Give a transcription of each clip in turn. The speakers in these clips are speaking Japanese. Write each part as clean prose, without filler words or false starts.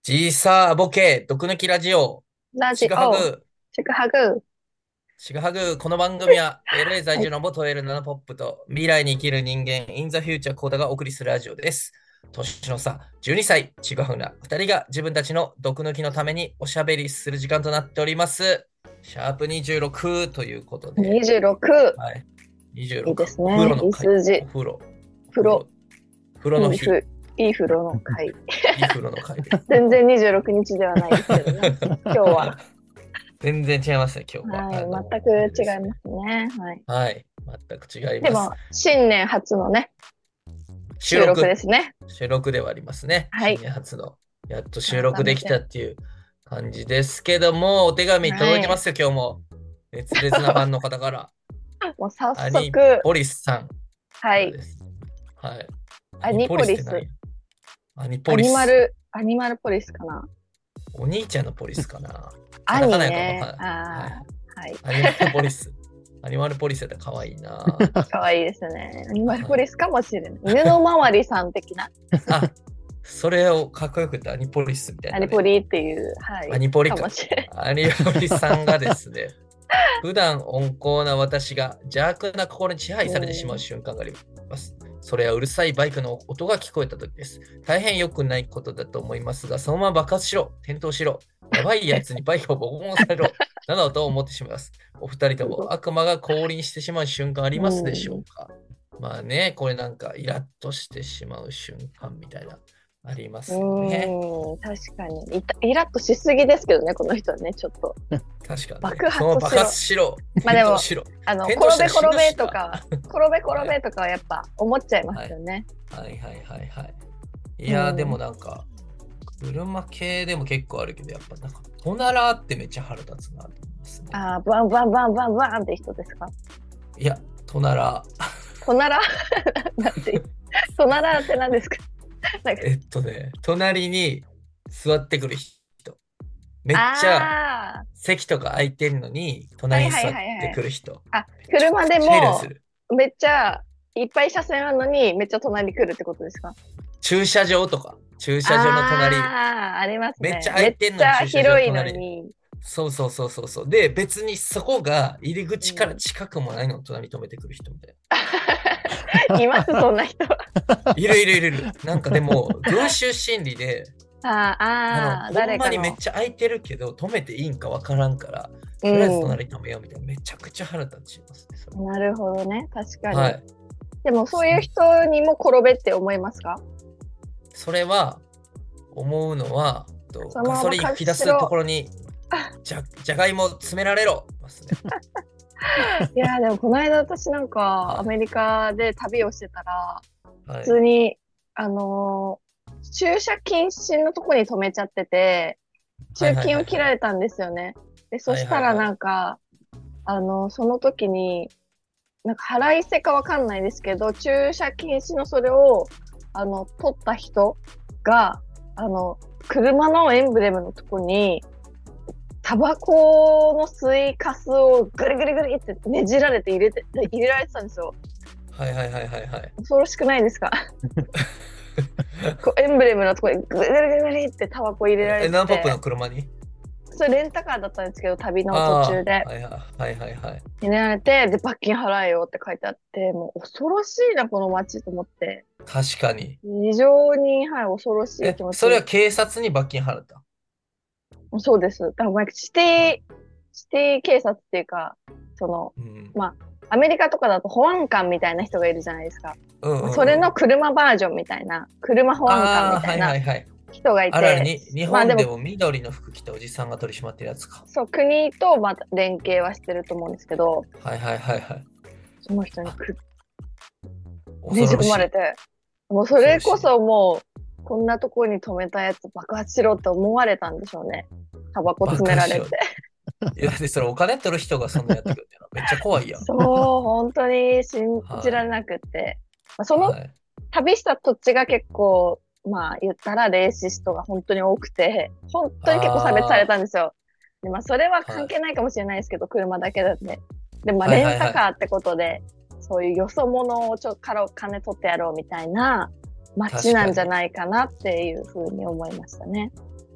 ジーサーボケ、毒抜きラジオ、ちラジオ、 ぐはぐ、 ちぐはぐ。 ちぐはぐ、この番組は LA 在はい。 住の元 L ナナポップと未来に生きる人間 In the Future コーダがお送りするラジオです。年の差12歳、ちぐはぐな2人が自分たちの毒抜きのためにおしゃべりする時間となっております。シャープ26ということで、 26。 はい、 いいで 26、お風呂すね。いいの回、 数字。 お風呂、 風呂。 風呂の日、 いい風呂の回。 いい風呂の回です。 全然26日ではないですけどね。今日は。 全然違いますね、今日は。 はい。全あれく違いですね。 ますね。はい。 はい。全く違います。 でも、新年初のね、収録で収録、 すね。 収録ではありますね。新はい。 年初の。やっと収改めて。 録できたっていう感じですけども、お手紙はい。 届いてますよ、今日も。熱烈なファンの方から。 もう早アニ速、 ポリスさんかはい。 らです。はい。アアニニポリポリス。 スって何や？アニポリス。 アニマルポリスかな。 お兄ちゃんのポリスかな。カアタカナやからわかニね。 んない。はいはい。 ああ、はい。 アニマルポリス。アニマルポリスやったら可愛いな。 かわいいですね。アニマルポはい。 リスかもしれない。犬の周りさん的な。 あ、それをかっこよく言ってアニポリスみたいアなね。 ニポリっていう、はい、 アニポリかもか。 しれない。 アニポリさんがですね、普段温厚な私が邪悪な心に支配されてしまううん。 瞬間があります。それはうるさいバイクの音が聞こえた時です。大変良くないことだと思いますが、そのまま爆発しろ、転倒しろ、やばいやつにバイクをボコボコされろ、などと思ってしまいます。お二人とすごい。 も悪魔が降臨してしまう瞬間ありますでしょうん。 うか？まあね、これなんかイラッとしてしまう瞬間みたいな、ありますよね。 確かに。イラッとしすぎですけどね、この人はね、ちょっと。 確かにね。 爆その爆発しろ。 発しろ、 まあでも、 転倒しろ。転倒し転たら死べ転べぬしな。 とか、転べ転はい。 べとかはやっぱ思っちゃいまはい。 すよね。 はいはいはいはい。いうやーでもん。 なんか、車系でも結構あるけど、やっぱなんか、トナラーってめっちゃ腹立つなと思いますね。 ああ、バンバンバンバンバンって人ですか？ いや、トナラー。 トナラなんて、トナラって何ですか？なんか、 隣に座ってくる人。めっちゃああ、 席とか空いてんのに、隣にはいはい座ってはいはい。 くる人。 あ、 めちゃく車でちゃイライすも、 る。 めっちゃ、いっぱい車線あるのに、めっちゃ隣に来るってことですか？ 駐車場とか、駐車場の隣、 ああー、ありますめっちゃね。めっ空いてんちゃのに駐車場の広いの隣に。 に。 そうそうそうそうそう。で、別にそこが入り口からうん、 近くもないのを隣に止めてくる人みたいいます、そんな人。 な。いるいるいるいる。なんかでも、群衆心理で、ほんまにめっ誰かの。 ちゃ空いてるけど、止めていいんかわからんから、 うとりあえずん。 隣に止めようみたいな、めちゃくちゃ腹立ちますね、それ。 なるほどね。確かに。 はい。 でも、そういうそ人にも転べって思いますか？ それは、思うのは、 そのガソリンまま爆吹き出すと発しろ。 ころに、じゃがいも詰められろますね。 いやー、でも、この間私なんか、アはメリカで旅をしてたら、 い。は普通い。 に、駐車禁止のとこに止めちゃってて、 はい中金をはいはいはい。 切られたんですよね。で、そはいしたらはいはい。 なんか、その時に、なんか払い捨てかわかんないですけど、駐車禁止のそれを、取った人が、あの、車のエンブレムのとこに、タバコの吸いカスをグリグリグリってねじられて入れられてたんですよ。 はいはいはいはいはい。 恐ろしくないですか？こうエンブレムのところにグリグリグリグリってタバコ入れられてナンポップのて、 車に。 それレンタカーだったんですけど、旅の途中ああ、 で。 はいはいはいはいはい。 入れられて、で、罰金払えよって書いてあって、もう恐ろしいな、この街と思って。 確かに。 非常に、はい、恐ろしい気持ち。 それは警察に罰金払った？ そうです。だからまあシティ警察っていうか、その、 うん。 まあ、アメリカとかだと保安官みたいな人がいるじゃないですか。 うんうまあ、それのんうん。 車バージョンみたいな、車保安官ああ、はいはみたいないはい。 人がいあるあるて、 に、日まあでも、 本でも緑の服着たおじさんが取り締まってるやつか。 そう、国とまた連携はしてると思うんですけど、 はいはいはいはい。 その人にあ、 ねじ恐ろしい。 込まれて、もうそれこ恐ろしい。 そもう、こんなところに止めたやつ爆発しろって思われたんでしょうね。タバコ詰爆破しろ。 められて。 いや、だってそれお金取る人がそんなやってくるってのはめっちゃ怖いやん。 そう、本当に信じらはれなくって。まあい。 そのはい。 旅した土地が結構、まあ言ったらレーシストが本当に多くて、本当に結構差別されあたんですよ。で、まあそれはあ、は関係い。 ないかもしれないですけど、車だけだって。で、まあはいレンはいはい。 タカーってことで、そういうよそ者をから金取ってやろうみたいな街なんじゃ確かに。 ないかなっていうふうに思いましたね。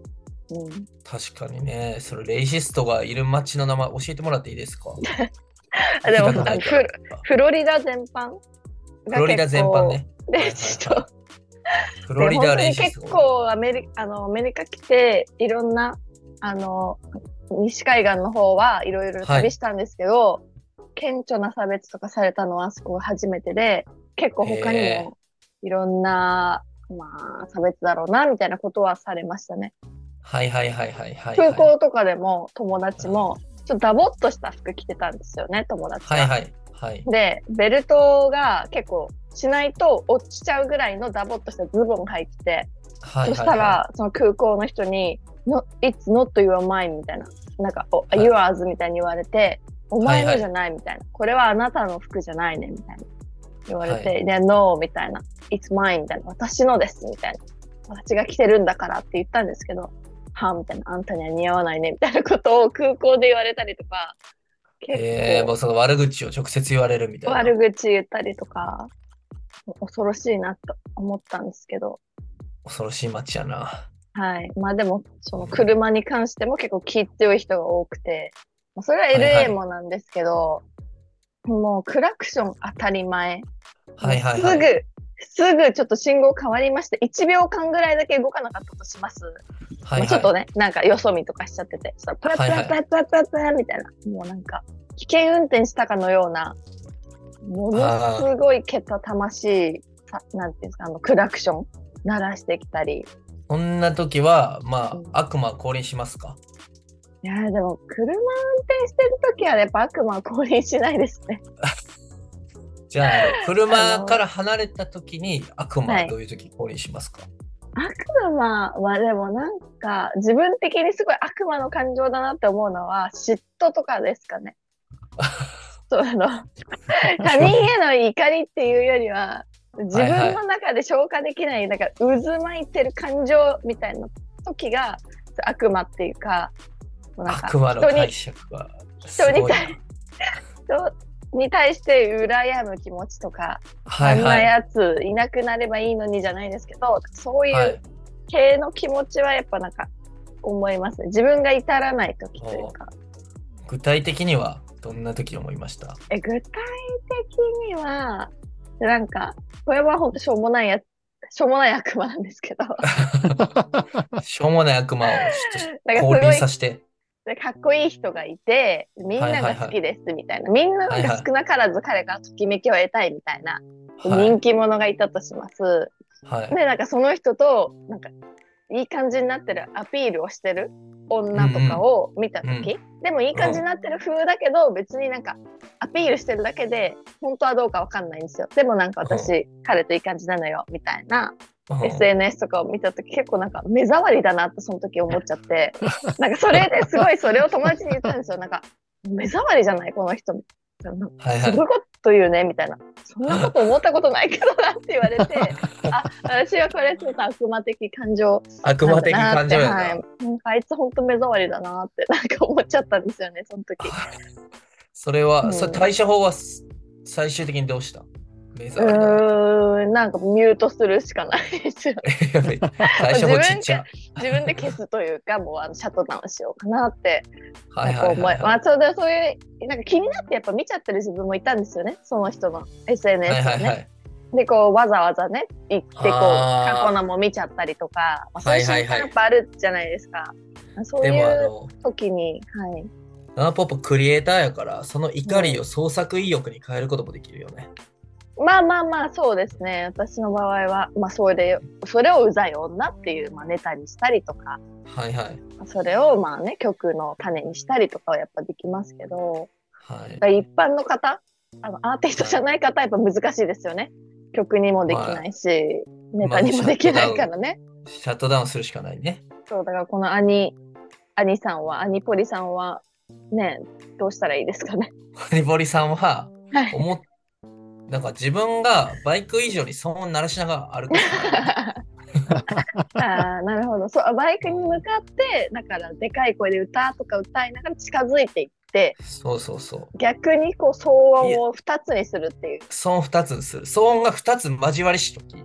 確かにね、それレイシストがいる街の名前教えてもらっていいですか？ あ、でも聞きたくないから。 フロリダ全般が結フロリダ全般構、 ね。はレイいはいはい。 シスト。で、 フロリダ本当に結レイシストが多い。 構アメリカ来て、いろんな、あの、西海岸の方はいろいろはい。 旅したんですけど、顕著な差別とかされたのはあそこが初めてで、結構へ他にえ。 もいろんな、まあ、差別だろうな、みたいなことはされましたね。 はいはいはいはいはい空はい。 港とかでも友達も、ちょっとダボっとした服着てたんですよね、友達が。 はいはいはい。 で、ベルトが結構しないと落ちちゃうぐらいのダボっとしたズボン履いてて、 はいそはいはい。 したら、その空港の人に、It's not your mine みたいな。なんか、 はい yours みたいに言われて、お前のじゃはいはい。 ないみたいな。これはあなたの服じゃないねみたいな。言われはい。 て、で、No みたいな。It's mine みたいな。私のですみたいな。私が着てるんだからって言ったんですけど、はみたいな。あんたには似合わないねみたいなことを空港で言われたりとか、結構もうその悪口を直接言われるみたいな。 悪口言ったりとか、恐ろしいなと思ったんですけど、 恐ろしい街やな。 はい。まあでも、その車に関しても結構気強い人が多くて、まあそれははいは LA い。 もなんですけど、もうクラクション当たり前。もはういはいはい。 すぐちょっと信号変わりまして、1秒間ぐらいだけ動かなかったとします。 はいはい。 まあちょっとね、なんかよそ見とかしちゃってて、そしたらプラプラはいはい。 プラプラプラプラみたいな、もうなんか、危険運転したかのような、ものすああ、 ごいけたたましい、なんていうんですか、クラクション鳴らしてきたり。 こんな時は、まうん、 あ、悪魔降臨しますか？ いやーでも、車運転してるときはやっぱ悪魔は降臨しないですね。 じゃあ、 あ車かの、 ら離れた時に悪魔はい。 はどういう時降臨しますか？ 悪魔はでもなんか、自分的にすごい悪魔の感情だなって思うのは、嫉妬とかですかね。そう、他人への怒りっていうよりは、自分のはいはい。 中で消化できない、なんか渦巻いてる感情みたいな時が悪魔っていうか、もうなんか悪魔の解釈は人に対すごいな。 人に対して羨む気持ちとか、あんなはいはい。 やついなくなればいいのにじゃないですけど、そういうはい。 系の気持ちはやっぱなんか思いますね。自分が至らない時というおか。 具体的にはどんな時思いました？ 具体的には、なんか、これは本当しょうもない悪魔なんですけど、 しょうもない悪魔をちょっとなんか降臨すごいさせて。 かっこいい人がいて、みんはいなはいはい。 が好きですみたいな。みんななんかはいはい。 少なからず彼がときめきを得たいみたいな人はい。 気者がいたとします。 はい。 で、なんかその人と、なんかいい感じになってるアピールをしてるうん女とかを見たうん。うん。 とき、でもいい感じになってる風だけど、別になんかアピールしてるだけで、本当はどうかわかんないんですよ。でもなんかうん。 私、彼といい感じなのよ、みたいなうん。 SNS とかを見たとき、結構なんか目障りだなってその時思っちゃって、なんかそれですごいそれを友達に言ったんですよ。なんか、目障りじゃないこの人。 はいはい。 すごいこと言うねみたいな。そんなこと思ったことないけどなって言われて、あ、私はこれちょっと悪魔的感情悪なんだ魔的感なって、はい。 情やな。 なんかあいつほんと目障りだなってなんか思っちゃったんですよね、その時。 それは、それうん。 対処法は最終的にどうした？目障りだなと。 なんかミュートするしかないですよね。 対処自分か、 法ちっちゃ。 自分で消すというか、もうシャットダウンしようかなって、 はいはいなんかはいはい。 まあ、そういう、なんか気になってやっぱ見ちゃってる自分もいたんですよね。その人のはい SNS をね。 はいはい。 で、こう、わざわざね、行って、こう、過去あのも見ちゃったりとか、まあ、 あ、はいはそういう瞬いはい。 間やっぱあるじゃないですか。そうでいうも時に、はい。 ナナポップクリエイターやから、その怒りうん。 を創作意欲に変えることもできるよね。 まあまあまあ、そうですね。私の場合は、まあ、それをうざい女っていう、まあ、ネタにしたりとか、 はいはい。 それをまあね、曲の種にしたりとかはやっぱできますけど、 はい。 一般の方、アーティストじゃはい。 ない方はやっぱ難しいですよね。曲にもできまあ、 ないし、ネタまずシャッにもできなトダウン、 いからね。 シャットダウンするしかないね。 そう、だからこのアニポリさんは、ね、どうしたらいいですかね。 ハニボリさんは、 はい。 思っ、なんか自分がバイク以上に騒音鳴らしながら歩くしかないよね。 ああ、なるほど。そう、バイクに向かって、だからでかい声で歌とか歌いながら近づいていって、 そうそうそ逆に騒う。いや、 音を2つにするっていう。 騒音2つする。騒音が2つ交わりしとき。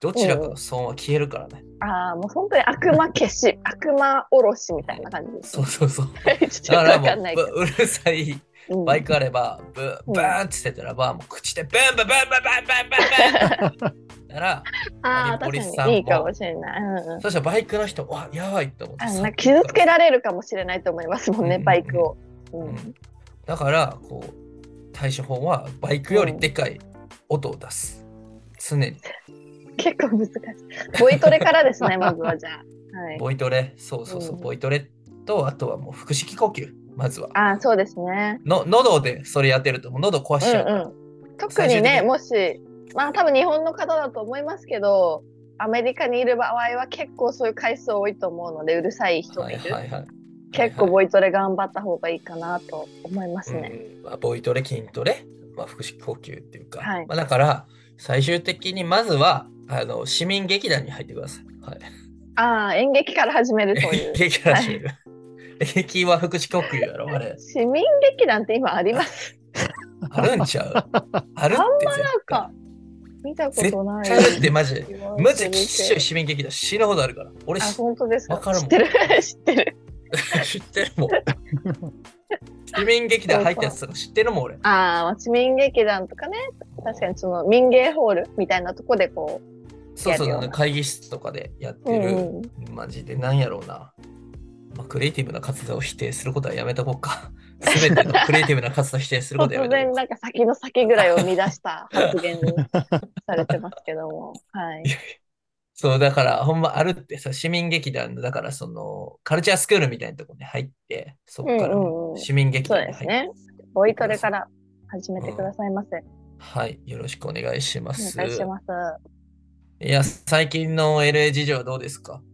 どちらかの損は消えるからね。 ああ、もう本当に悪魔消し、悪魔おろしみたいな感じです。 そうそうそう。 ちょっとわかんないけど。 うるさいバイクあれば、バーンってしてたらば、もう口でバンバンバンバンバンバンバンバンだから、 ああ、確かにいいかもしれない。 そしたらバイクの人、わ、やばいって思って。 なんか傷つけられるかもしれないと思いますもんね、バイクを。 だから、こう、対処法はバイクよりでかい音を出す。常に。 結構難しい。ボイトレからですね、まずはじゃあ。はい、 ボイトレ、そうそうそう、ボイトレと、あとはもう腹式呼吸、まずは。 あ、そうですね。 喉でそれやってると、もう喉壊しちゃう。 特にね、もし、まあ多分日本の方だと思いますけど、アメリカにいる場合は結構そういう回数多いと思うので、うるさい人がいる。結構ボイトレ頑張った方がいいかなと思いますね。 ボイトレ、筋トレ、腹式呼吸っていうか、だから最終的にまずは市民劇団に入ってください。はい、 ああ、演劇から始めるという。 演劇から始める。演劇は腹式呼吸やろ、あれ。 市民劇団って今あります？ あるんちゃう？あるって。 あんまなんか見たことない。 あるってマジきっしょい市民劇団死ぬほどあるから。俺本当ですか？ わかるもん。 知ってる知ってる。 知ってるもん。市民劇団入ったやつとか知ってるもん俺。 市民劇団とかね、確かにその民芸ホールみたいなとこでこう。 そうそう、会議室とかでやってる、マジでなんやろうな。クリエイティブな活動を否定することはやめとこうか。すべてのクリエイティブな活動を否定することはやめとこう。 突然なんか先の先ぐらいを生み出した発言されてますけども。はい。 そう、だからほんまあるってさ、市民劇団の、だからそのカルチャースクールみたいなところに入って、そこから市民劇団に入って。 そうですね。ボイトレから始めてくださいませ。 はい、よろしくお願いします。 お願いします。 いや、最近の LA 事情はどうですか？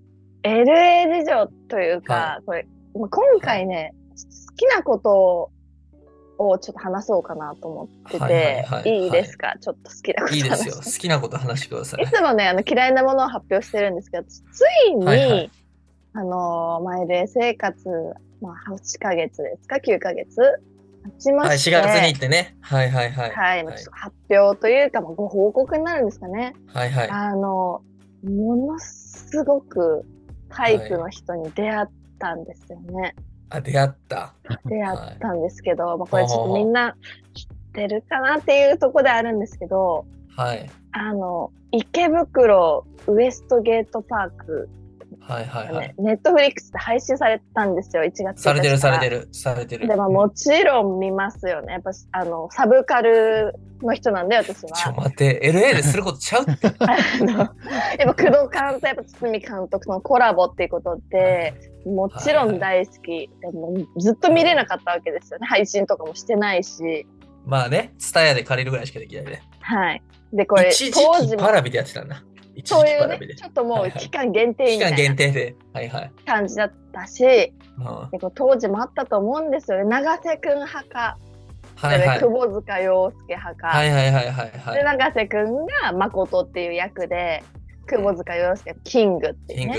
LA 事情というか、これ、今回ね、好きなことをちょっと話そうかなと思ってて、いいですか？ちょっと好きなこと話して。 いいですよ。好きなこと話してください。 いつもね、嫌いなものを発表してるんですけど、ついに、LA 生活、8ヶ月ですか？ 9 ヶ月経ちまして。 4月に行ってね。 はい、発表というか、ご報告になるんですかね。ものすごくタイプの人に出会ったんですよね。 出会ったんですけど、これちょっとみんな知ってるかなっていうところであるんですけど、池袋ウエストゲートパーク、ネットフリックスで配信されたんですよ、1月されてる。 でももちろん見ますよね。やっぱサブカルの人なんで、私は。 ちょ待って、LA ですることちゃうって。 やっぱ工藤監とやっぱ堤監督のコラボっていうことで、もちろん大好き。でもずっと見れなかったわけですよね。配信とかもしてないし。 まあね、ツタヤで借りるぐらいしかできないね。 はい。で、これ、 当時パラビでやってたんだ。 そういうね、ちょっともう期間限定みたいな感じだったし、で当時もあったと思うんですよね。永瀬くん派か、久保塚洋介派か。で、永瀬くんが誠っていう役で、久保塚洋介キングっていうね。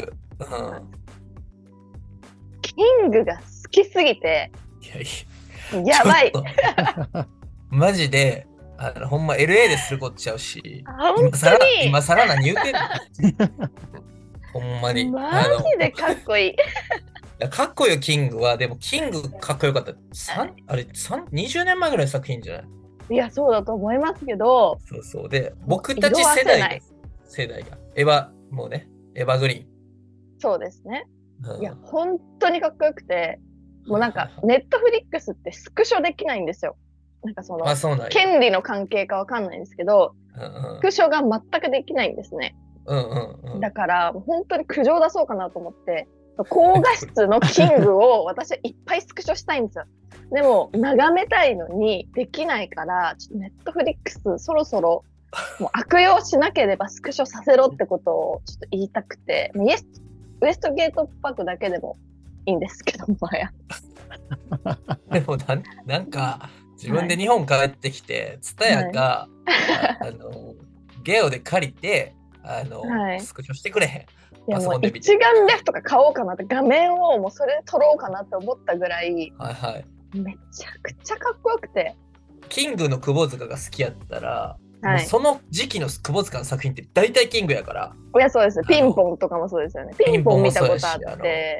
キングが好きすぎて、やばい。 マジで。ほんま LA ですることちゃうし、今更何言うてんの？ほんまに。 マジでかっこいい。 かっこいいよ、キングは。でも、キングかっこよかった。20年前ぐらいの作品じゃない？ いや、そうだと思いますけど。 そう。で、僕たち世代が。エヴァグリーン。 そうですね。いや、本当にかっこよくて、もうなんか、ネットフリックスってスクショできないんですよ。なんか権利の関係かわかんないんですけど、スクショが全くできないんですね。だから、本当に苦情出そうかなと思って、高画質のキングを私はいっぱいスクショしたいんですよ。でも、眺めたいのにできないから、ちょっとネットフリックスそろそろもう悪用しなければスクショさせろってことをちょっと言いたくて、ウエストゲートパークだけでもいいんですけどもや。 でもなんか、自分で日本帰ってきて、ツタヤが、ゲオで借りて、スクショしてくれへん。 いやもう一眼レフとか買おうかなって、画面をもうそれで撮ろうかなって思ったぐらい、めちゃくちゃかっこよくて。 キングの久保塚が好きやったら、 はい。 その時期の窪塚の作品って大体キングやから、 いや、そうです。ピンあの、 ポンとかもそうですよね。ピピンポンもンポン見たそうやし、 ことあって。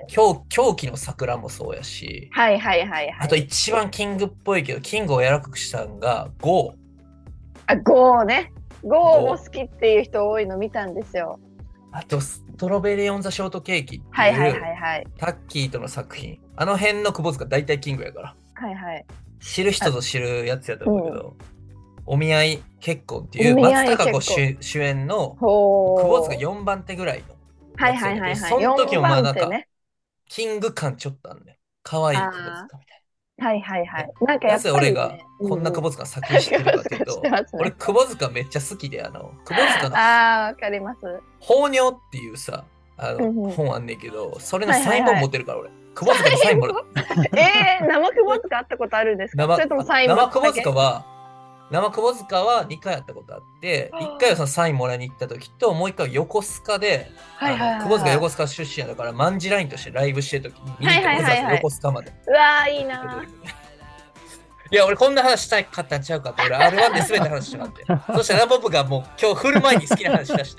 狂気の桜もそうやし、 はいはいはいあとはい。 一番キングっぽいけど、キングを柔らかくしたのが、ゴあ、ゴーね。 ー、 ゴーもゴー。 好きっていう人多いの見たんですよ。 あと、ストロベリー・オン・ザ・ショートケーキってはいはいいう、 はいはい。 タッキーとの作品。あの辺の窪塚大体キングやから。 はいはい。 知る人あ、 ぞ知るやつやとうん。 思うけど、お見合い結婚っていうお見合い松たか子結構。 主演の窪塚ほー。 4番手ぐらいのはいやつやねんけど、 はいはいはい。 その時 4 もまあなんか、 番手ね。 キング感ちょっとあんねん。可愛い窪あ塚みたいあ、はいはいはな。 い。なんかやっなぜ俺がぱりね。うこんなんうん。 窪塚の作品知ってるかっていう知ってと、俺ますね。 窪塚めっちゃ好きで、窪塚のああ、わかります。 放尿っていうさ、 うんうん。 本あんねんけど、それのはいサイン本はいはい。 持ってるから俺。窪塚のサインもらっ生久保塚会ったことあるんですか？それともサイン生窪だけ？ 塚は、生窪塚は2回やったことあって、1回はそのサインもらいに行った時と、もう1回は横須賀で、 はいはいはい窪塚横はい。 須賀出身やだから、マンジラインとしてライブしてる時に見に行って、 はいはいわざわざはいはい。 横須賀までうわー、いい行ってたな時に。いや、俺こんな話したかったんちゃうかって、俺 R1 で全て話したかって。そしたらラボブがもう今日振る前に好きな話しだして。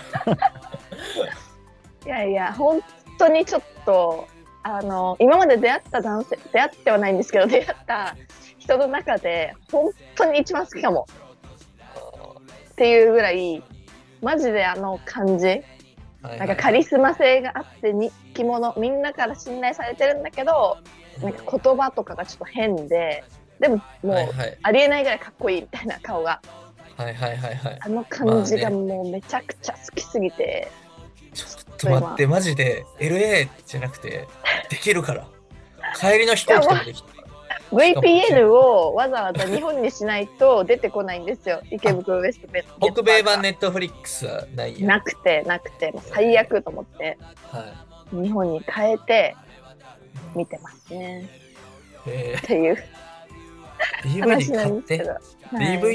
ー。いやいや、本当にちょっと、今まで出会った男性、出会ってはないんですけど、出会った人の中で、本当に一番好きかもっていうぐらい、マジであの感じ、なんかカはいはいはい。 リスマ性があって人気者、みんなから信頼されてるんだけど、なんか言葉とかがちょっと変で、でももうはいはい。 ありえないぐらいかっこいいみたいな顔が。 はいはいはいはい。 あの感じがまあね、 もうめちゃくちゃ好きすぎて、 ちょちょっっとと今、 待って、マジで LA じゃなくて、できるから。帰りの飛行機しかもでもできたから。しかも、 VPN をわざわざ日本にしないと出てこないんですよ。池あ、 袋ウエストゲー北トパークは。 米版ネットフリックスはないや。 なくて、もう最悪と思って、 は日本に変えてい。 見てますね。 えっていう話 DVD なん買って。 ですけど。はい。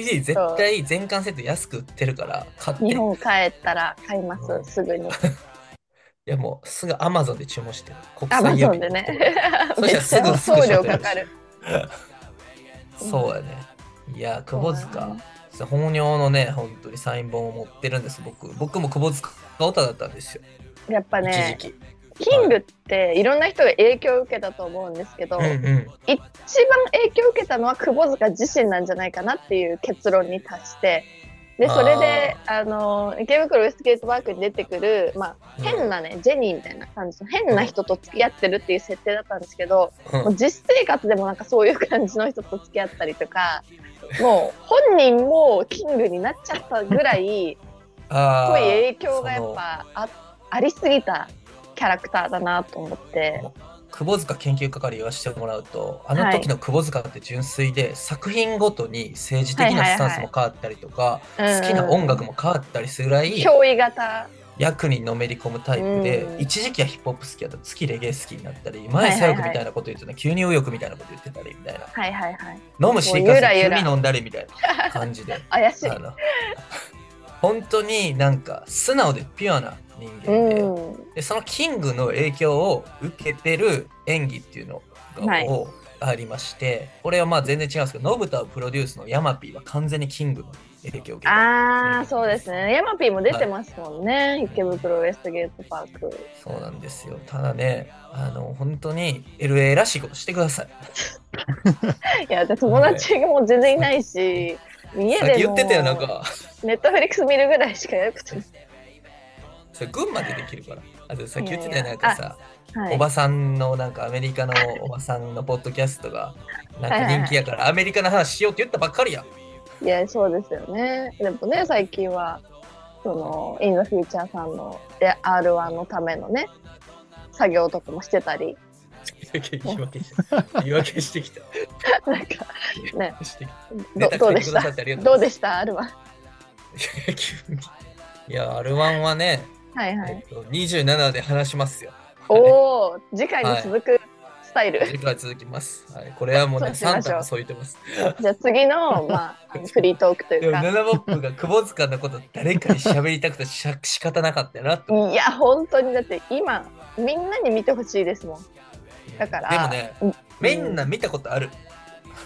DVD 絶ちょっと、 対全巻セット安く売ってるから買って。 日本帰ったら買います、 うん、いすぐに。 やもうすぐ Amazon で注文して国アマ際郵便ゾンでね。 で送ってもらう。そしめったらすぐちゃ送スクショ料かかる。 取れるし。そうやね。いや、 そう窪塚。 だね。 本尿のね、本当にサイン本を持ってるんです、僕。僕も窪塚オタだったんですよ。 やっぱね、 一時期。はい。 キングっていろんな人が影響を受けたと思うんですけうんど、 うん。 一番影響を受けたのは窪塚自身なんじゃないかなっていう結論に達して、で、それで、 あ池袋ウエストゲートパークに出てくる、まあ、 あ。うん。 変なね、ジェニーみたいな感じの変うん。 な人と付き合ってるっていう設定だったんですけど、もううん。 実生活でもなんかそういう感じの人と付き合ったりとか、もう本人もキングになっちゃったぐらい、すごいああ、 影響がやっぱありすぎたキャラクターだなと思って。 もう窪塚研究係言わせてもらうと、あのはい。 時の窪塚って純粋で、作品ごとに政治はい的なスタンスはいはい。 も変わったりとか、 うん好きな音うんうん。 楽も変わったりするぐらい、 憑依型。 役にのめり込むタうイプで、 ん。 一時期はヒップホップ好きやったら月レゲエ好きになったり、前はい左翼みたいはいはい。 なこと言ってたら急に右翼みたいなこと言ってたりみたいな。 はいはいはい。 飲むもうシーカーゆらゆら。 ス急に飲んだりみたいな感じで。 怪しい。 あの、本当になんか素直でピュアな人う間で、 ん。 で、そのキングの影響を受けてる演技っていうのがはい。 ありまして、これはまあ全然違うんですけど、信太をプロデュースのヤマピーは完全にキングの影響を受けた演ああ、 劇なんです。 そうですね。ヤマピーも出はい。 てますもんね。池袋ウエストゲートパーク。 そうなんですよ。ただね、本当に LA らしいことしてください。 いや、で友ね、 達も全然いないさっき、 し、家でさっき言ってたよ、なんもか、 ネットフリックス見るぐらいしかやることない。 それ群馬でできるから。あとさっき言ってたよ、 いやいや、 なんかさ、 はい。 おばさんの、なんかアメリカのおばさんのポッドキャストが、なんかはいはいはい。 人気やからアメリカの話しようって言ったばっかりやん。 いや、そうですよね。でもね、最近は、インザフューチャーさんの R1 のためのね、作業とかもしてたり、 言いも訳して、言い訳してきた。 うなんか言いね、 訳してきた。ネタどうでした書いてくださってありがとうございます。 どうでした ?R1。 いや、急に。いや、R1 はね、 はいはい。 27で話しますよ。はい。 おー、次回にはい。 続くスタイル。 次回続きます。はい。これはもうね、 そうしサンタもましょう。 そう言ってます。 じゃあ次の、まあ、フリートークというでも、 か、 ナナボップが窪塚のこと誰かに喋りたくて仕方なかったよなと思って。 いや、本当にだって今、みんなに見てほしいですもん。だから、 でもね、 うん、 みんな見たことある。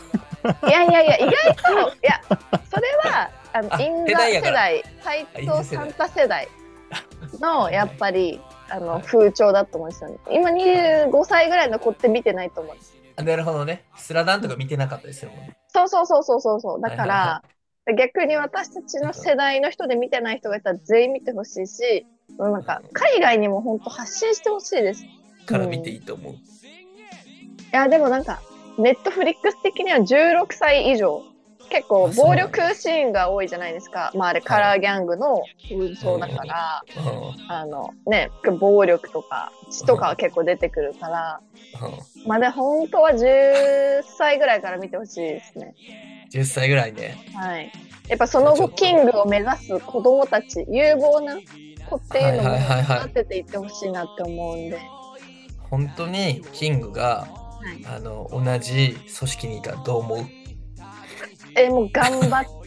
いやいやいや、意外と、いや、それは、インザ世代やから世代、斎藤サンタ世代の、やっぱり、風潮だと思うんですよね。今25歳ぐらいの子って見てないと思うんです。 あ、なるほどね。スラダンとか見てなかったりするもんね。 そうそうそうそうそうそう。だはいはいはから、逆に私たちの世代の人で見てない人がいたら全員見てほしいし、なんか、海外にも本当発信してほしいです。 い。から見ていいと思う。 いや、でもなんか、ネットフリックス的には16歳以上。結構暴力シーンが多いじゃないですか。まああれカラーギャングの紛争だから、ね、暴力とか血とかは結構出てくるから、まあで本当は10歳ぐらいから見てほしいですね。 10歳ぐらいね。 はい。やっぱその後キングを目指す子供たち、有望な子っていうのも育てていってほしいなって思うんで。 本当にキングが、同じ組織にいたらどう思う？ もう頑張って、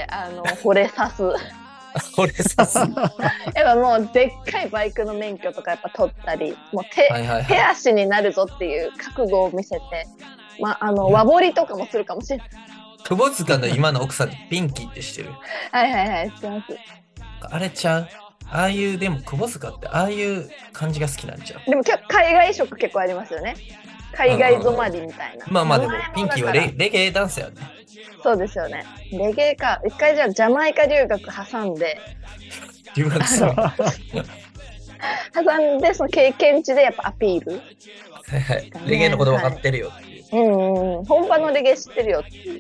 惚れさす。 惚れさす。 やっぱもうでっかいバイクの免許とかやっぱ取ったり、もう手足になるぞっていう覚悟を見せて、まあ、和彫りとかもするかもしれない。 窪塚の今の奥さんってピンキーってしてる？ はいはいはい、知ってます。 あれちゃう？ああいう、でも窪塚ってああいう感じが好きなんちゃう？ でも海外色結構ありますよね。海外染まりみたいな。 まあまあでもピンキーはレゲエダンスやね。 そうですよね。レゲエか。一回じゃあジャマイカ留学挟んで。 留学する。 挟んで、その経験値でやっぱアピール。 はいはい。レゲエのこと分かってるよっていう。 本場のレゲエ知ってるよっていう。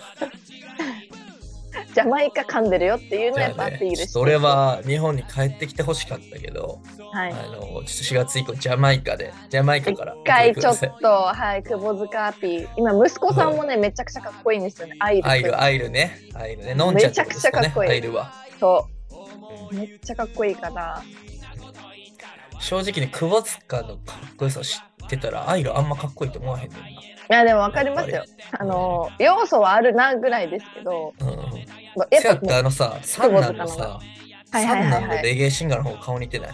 ジャマイカ噛んでるよっていうのをやっぱアピールして。 それは日本に帰ってきてほしかったけど、 はい、 ちょっと4月以降ジャマイカから一回ちょっと、はい、窪塚アピール。今息子さんもね、めちゃくちゃかっこいいんですよね。アイルね。のんちゃん、 めちゃくちゃかっこいい。 アイルは。 そう。めっちゃかっこいいから。 正直に窪塚のかっこよさ知ってたらアイルあんまかっこいいと思わへんねんな。 いやでも分かりますよ。要素はあるなぐらいですけど。 やっぱ三男のさ、三男のレゲエシンガーの方が顔似てない？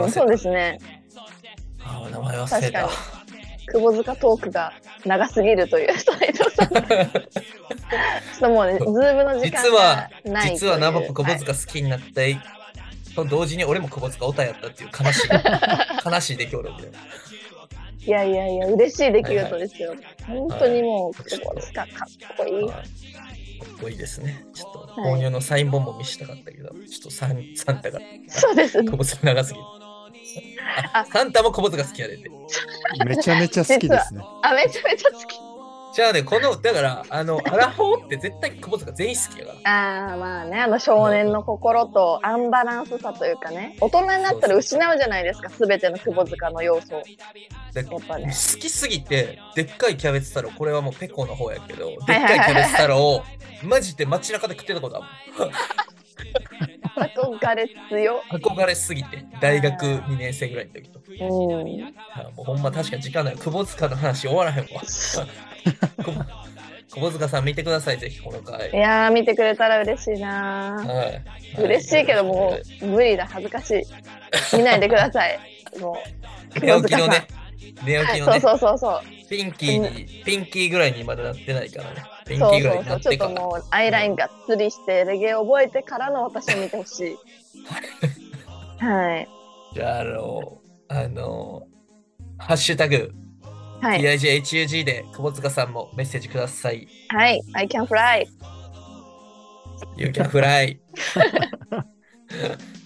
そうですね。 名前忘れた。 窪塚トークが長すぎるという斉藤さん。ちょっともうね、ズームの時間がない。 実はナボプ窪塚好きになってと同時に俺も窪塚オタやったっていう悲しい出来事だけど。 いやいやいや、嬉しい出来事ですよ。本当にもう窪塚かっこいい。 かっこいいですね。ちょっと購入のサイン本も見せたかったけど、ちょっとサンタがそうです。 窪塚長すぎる。サンタも窪塚好きやでって。 めちゃめちゃ好きですね。 めちゃめちゃ好き。 じゃあね、だから、アラフォーって絶対窪塚全員好きやから。 まあね、少年の心とアンバランスさというかね、大人になったら失うじゃないですか、すべての窪塚の要素を。 やっぱね、好きすぎて、でっかいキャベツ太郎、これはもうペコの方やけど、でっかいキャベツ太郎を、マジで街中で食ってたことあるもん。 憧れ強。 憧れすぎて、大学2年生ぐらいの時と。もうほんま確かに時間ない。窪塚の話終わらへんわ。窪塚さん見てください、ぜひこの回。 いやー、見てくれたら嬉しいな、嬉しいけどもう無理だ、恥ずかしい。見ないでください。もう寝起きのね。 そう。 ピンキーぐらいにまだなってないからね。ピンキーぐらいになってから。 ちょっともうアイラインがっつりしてレゲエ覚えてからの私を見てほしい。はい。 じゃあハッシュタグ、TIGHUG で窪塚さんもメッセージください。 はい。I can fly. You can fly.